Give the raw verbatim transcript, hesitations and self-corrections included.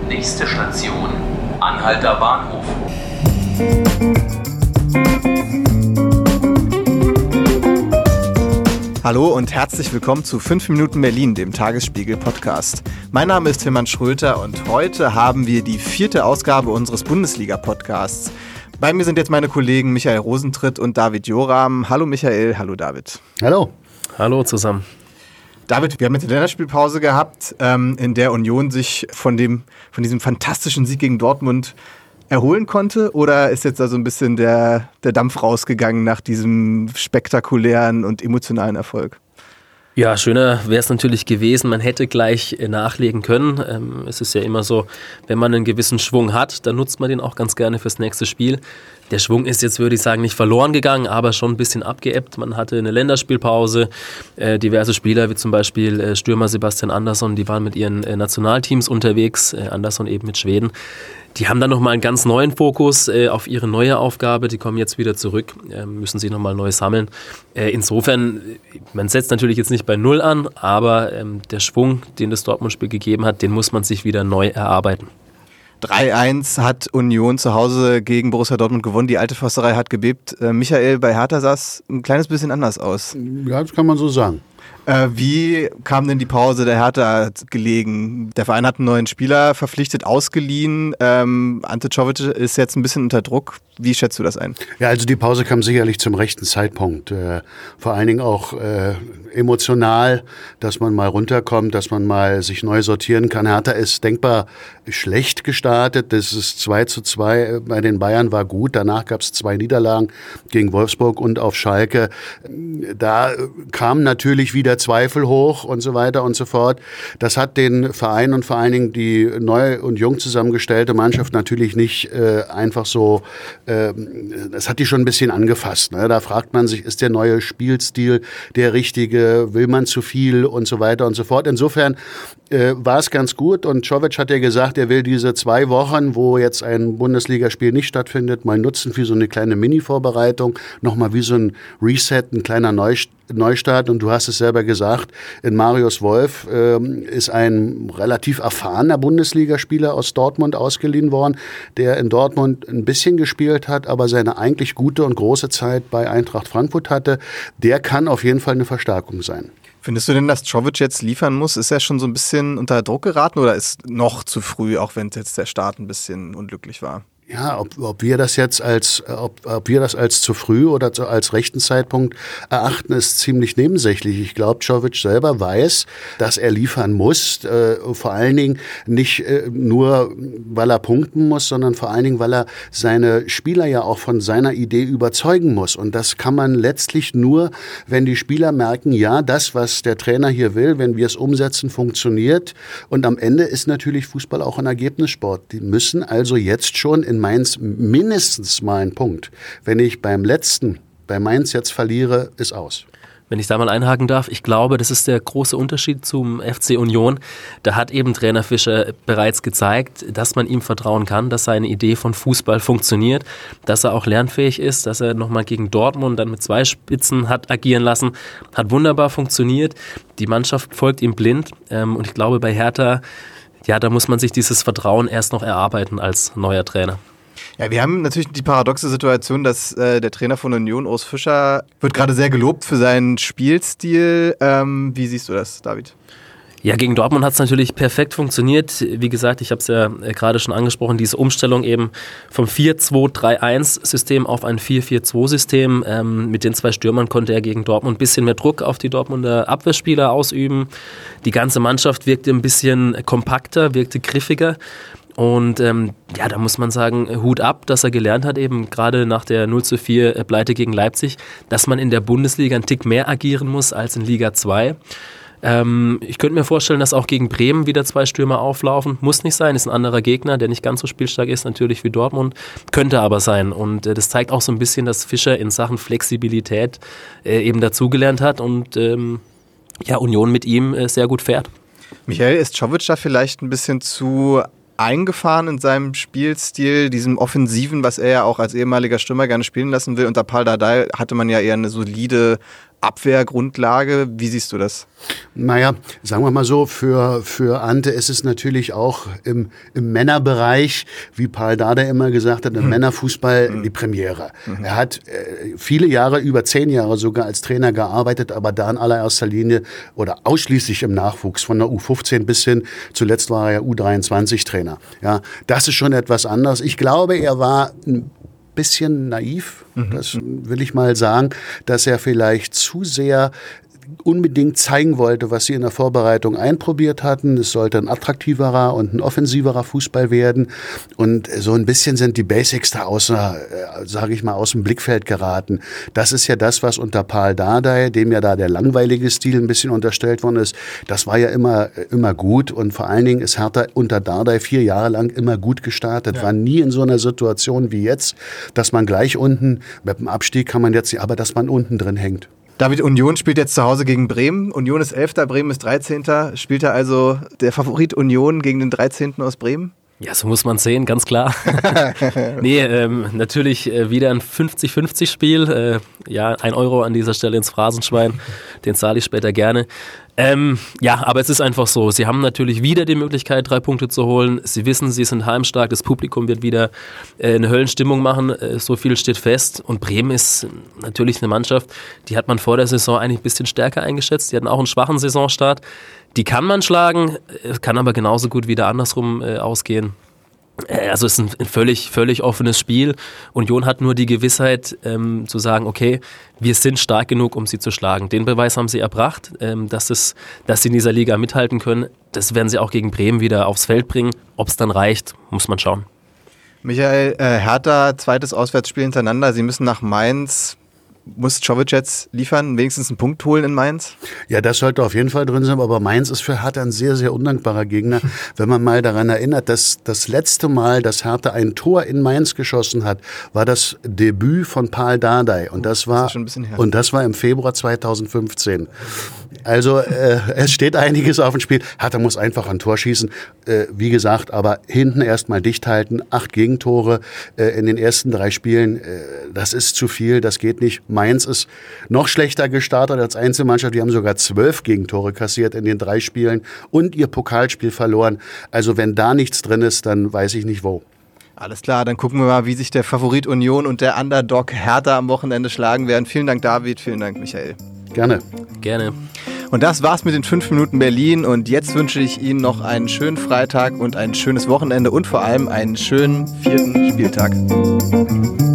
Nächste Station, Anhalter Bahnhof. Hallo und herzlich willkommen zu fünf Minuten Berlin, dem Tagesspiegel-Podcast. Mein Name ist Tilman Schröter und heute haben wir die vierte Ausgabe unseres Bundesliga-Podcasts. Bei mir sind jetzt meine Kollegen Michael Rosentritt und David Joram. Hallo Michael, hallo David. Hallo. Hallo zusammen. David, wir haben jetzt eine Länderspielpause gehabt, ähm, in der Union sich von dem, von diesem fantastischen Sieg gegen Dortmund erholen konnte, oder ist jetzt da so ein bisschen der, der Dampf rausgegangen nach diesem spektakulären und emotionalen Erfolg? Ja, schöner wäre es natürlich gewesen, man hätte gleich nachlegen können. Ähm, es ist ja immer so, wenn man einen gewissen Schwung hat, dann nutzt man den auch ganz gerne fürs nächste Spiel. Der Schwung ist jetzt, würde ich sagen, nicht verloren gegangen, aber schon ein bisschen abgeebbt. Man hatte eine Länderspielpause. Äh, diverse Spieler, wie zum Beispiel äh, Stürmer Sebastian Andersson, die waren mit ihren äh, Nationalteams unterwegs. Äh, Andersson eben mit Schweden. Die haben dann nochmal einen ganz neuen Fokus äh, auf ihre neue Aufgabe. Die kommen jetzt wieder zurück, äh, müssen sich nochmal neu sammeln. Äh, insofern, man setzt natürlich jetzt nicht bei Null an, aber ähm, der Schwung, den das Dortmund-Spiel gegeben hat, den muss man sich wieder neu erarbeiten. drei eins hat Union zu Hause gegen Borussia Dortmund gewonnen. Die alte Försterei hat gebebt. Äh, Michael, bei Hertha sah es ein kleines bisschen anders aus. Ja, das kann man so sagen. Äh, wie kam denn die Pause der Hertha gelegen? Der Verein hat einen neuen Spieler verpflichtet, ausgeliehen. Ähm, Ante Czovic ist jetzt ein bisschen unter Druck. Wie schätzt du das ein? Ja, also die Pause kam sicherlich zum rechten Zeitpunkt. Äh, vor allen Dingen auch äh, emotional, dass man mal runterkommt, dass man mal sich neu sortieren kann. Hertha ist denkbar schlecht gestartet. Das ist zwei zu zwei bei den Bayern war gut. Danach gab es zwei Niederlagen gegen Wolfsburg und auf Schalke. Da kamen natürlich wieder Zweifel hoch und so weiter und so fort. Das hat den Verein und vor allen Dingen die neu und jung zusammengestellte Mannschaft natürlich nicht äh, einfach so, äh, das hat die schon ein bisschen angefasst. Ne? Da fragt man sich, ist der neue Spielstil der richtige, will man zu viel und so weiter und so fort. Insofern äh, war es ganz gut und Czovic hat ja gesagt, er will diese zwei Wochen, wo jetzt ein Bundesligaspiel nicht stattfindet, mal nutzen für so eine kleine Mini-Vorbereitung, nochmal wie so ein Reset, ein kleiner Neustart. Neustart und du hast es selber gesagt, in Marius Wolf ähm, ist ein relativ erfahrener Bundesligaspieler aus Dortmund ausgeliehen worden, der in Dortmund ein bisschen gespielt hat, aber seine eigentlich gute und große Zeit bei Eintracht Frankfurt hatte. Der kann auf jeden Fall eine Verstärkung sein. Findest du denn, dass Czovic jetzt liefern muss? Ist er schon so ein bisschen unter Druck geraten oder ist noch zu früh, auch wenn jetzt der Start ein bisschen unglücklich war? Ja, ob, ob wir das jetzt als, ob, ob wir das als zu früh oder zu, als rechten Zeitpunkt erachten, ist ziemlich nebensächlich. Ich glaube, Czovic selber weiß, dass er liefern muss. Äh, vor allen Dingen nicht äh, nur, weil er punkten muss, sondern vor allen Dingen, weil er seine Spieler ja auch von seiner Idee überzeugen muss. Und das kann man letztlich nur, wenn die Spieler merken, ja, das, was der Trainer hier will, wenn wir es umsetzen, funktioniert. Und am Ende ist natürlich Fußball auch ein Ergebnissport. Die müssen also jetzt schon in Mainz mindestens mal ein Punkt. Wenn ich beim letzten, bei Mainz jetzt verliere, ist aus. Wenn ich da mal einhaken darf, ich glaube, das ist der große Unterschied zum F C Union. Da hat eben Trainer Fischer bereits gezeigt, dass man ihm vertrauen kann, dass seine Idee von Fußball funktioniert, dass er auch lernfähig ist, dass er nochmal gegen Dortmund dann mit zwei Spitzen hat agieren lassen. Hat wunderbar funktioniert. Die Mannschaft folgt ihm blind. Und ich glaube, bei Hertha, ja, da muss man sich dieses Vertrauen erst noch erarbeiten als neuer Trainer. Ja, wir haben natürlich die paradoxe Situation, dass äh, der Trainer von Union, Urs Fischer, wird gerade sehr gelobt für seinen Spielstil. Ähm, wie siehst du das, David? Ja, gegen Dortmund hat es natürlich perfekt funktioniert. Wie gesagt, ich habe es ja gerade schon angesprochen, diese Umstellung eben vom vier zwei drei eins System auf ein vier vier zwei System. Ähm, mit den zwei Stürmern konnte er gegen Dortmund ein bisschen mehr Druck auf die Dortmunder Abwehrspieler ausüben. Die ganze Mannschaft wirkte ein bisschen kompakter, wirkte griffiger. Und ähm, ja, da muss man sagen, Hut ab, dass er gelernt hat, eben gerade nach der null zu vier Pleite gegen Leipzig, dass man in der Bundesliga einen Tick mehr agieren muss als in Liga zwei. Ähm, ich könnte mir vorstellen, dass auch gegen Bremen wieder zwei Stürmer auflaufen. Muss nicht sein, ist ein anderer Gegner, der nicht ganz so spielstark ist, natürlich wie Dortmund. Könnte aber sein. Und äh, das zeigt auch so ein bisschen, dass Fischer in Sachen Flexibilität äh, eben dazugelernt hat und ähm, ja, Union mit ihm äh, sehr gut fährt. Michael, ist Czovic da vielleicht ein bisschen zu eingefahren in seinem Spielstil, diesem Offensiven, was er ja auch als ehemaliger Stürmer gerne spielen lassen will? Unter Paul Dardai hatte man ja eher eine solide Abwehrgrundlage. Wie siehst du das? Naja, sagen wir mal so, für, für Ante ist es natürlich auch im, im Männerbereich, wie Paul Dardai immer gesagt hat, im hm. Männerfußball hm. die Premiere. Hm. Er hat äh, viele Jahre, über zehn Jahre sogar als Trainer gearbeitet, aber da in allererster Linie oder ausschließlich im Nachwuchs, von der U fünfzehn bis hin, zuletzt war er ja U dreiundzwanzig Trainer. Ja, das ist schon etwas anderes. Ich glaube, er war ein bisschen naiv, mhm. das will ich mal sagen, dass er vielleicht zu sehr unbedingt zeigen wollte, was sie in der Vorbereitung einprobiert hatten. Es sollte ein attraktiverer und ein offensiverer Fußball werden. Und so ein bisschen sind die Basics da außer, äh, sage ich mal, aus dem Blickfeld geraten. Das ist ja das, was unter Paul Dardai, dem ja da der langweilige Stil ein bisschen unterstellt worden ist, das war ja immer, immer gut. Und vor allen Dingen ist Hertha unter Dardai vier Jahre lang immer gut gestartet. Ja. War nie in so einer Situation wie jetzt, dass man gleich unten, mit dem Abstieg kann man jetzt, aber dass man unten drin hängt. David, Union spielt jetzt zu Hause gegen Bremen. Union ist Elfter, Bremen ist dreizehnter Spielt da also der Favorit Union gegen den dreizehnten aus Bremen? Ja, so muss man sehen, ganz klar. nee, ähm, natürlich äh, wieder ein fünfzig fünfzig Spiel. Äh, ja, ein Euro an dieser Stelle ins Phrasenschwein. Den zahle ich später gerne. Ähm, ja, aber es ist einfach so. Sie haben natürlich wieder die Möglichkeit, drei Punkte zu holen. Sie wissen, sie sind heimstark. Das Publikum wird wieder äh, eine Höllenstimmung machen. Äh, so viel steht fest. Und Bremen ist natürlich eine Mannschaft, die hat man vor der Saison eigentlich ein bisschen stärker eingeschätzt. Die hatten auch einen schwachen Saisonstart. Die kann man schlagen, kann aber genauso gut wieder andersrum äh, ausgehen. Also es ist ein, ein völlig, völlig offenes Spiel. Union hat nur die Gewissheit ähm, zu sagen, okay, wir sind stark genug, um sie zu schlagen. Den Beweis haben sie erbracht, ähm, dass, es, dass sie in dieser Liga mithalten können. Das werden sie auch gegen Bremen wieder aufs Feld bringen. Ob es dann reicht, muss man schauen. Michael, äh, Hertha, zweites Auswärtsspiel hintereinander. Sie müssen nach Mainz. Muss Czovic jetzt liefern, wenigstens einen Punkt holen in Mainz? Ja, das sollte auf jeden Fall drin sein, aber Mainz ist für Hertha ein sehr, sehr undankbarer Gegner. Wenn man mal daran erinnert, dass das letzte Mal, dass Hertha ein Tor in Mainz geschossen hat, war das Debüt von Paul Dardai und das war, das ist schon ein bisschen her. Und das war im Februar zweitausendfünfzehn. Also äh, es steht einiges auf dem Spiel. Hertha muss einfach ein Tor schießen, äh, wie gesagt, aber hinten erstmal dicht halten. Acht Gegentore äh, in den ersten drei Spielen, äh, das ist zu viel, das geht nicht. Mainz ist noch schlechter gestartet als Einzelmannschaft. Die haben sogar zwölf Gegentore kassiert in den drei Spielen und ihr Pokalspiel verloren. Also wenn da nichts drin ist, dann weiß ich nicht wo. Alles klar, dann gucken wir mal, wie sich der Favorit Union und der Underdog Hertha am Wochenende schlagen werden. Vielen Dank, David. Vielen Dank, Michael. Gerne. Gerne. Und das war's mit den fünf Minuten Berlin. Und jetzt wünsche ich Ihnen noch einen schönen Freitag und ein schönes Wochenende und vor allem einen schönen vierten Spieltag.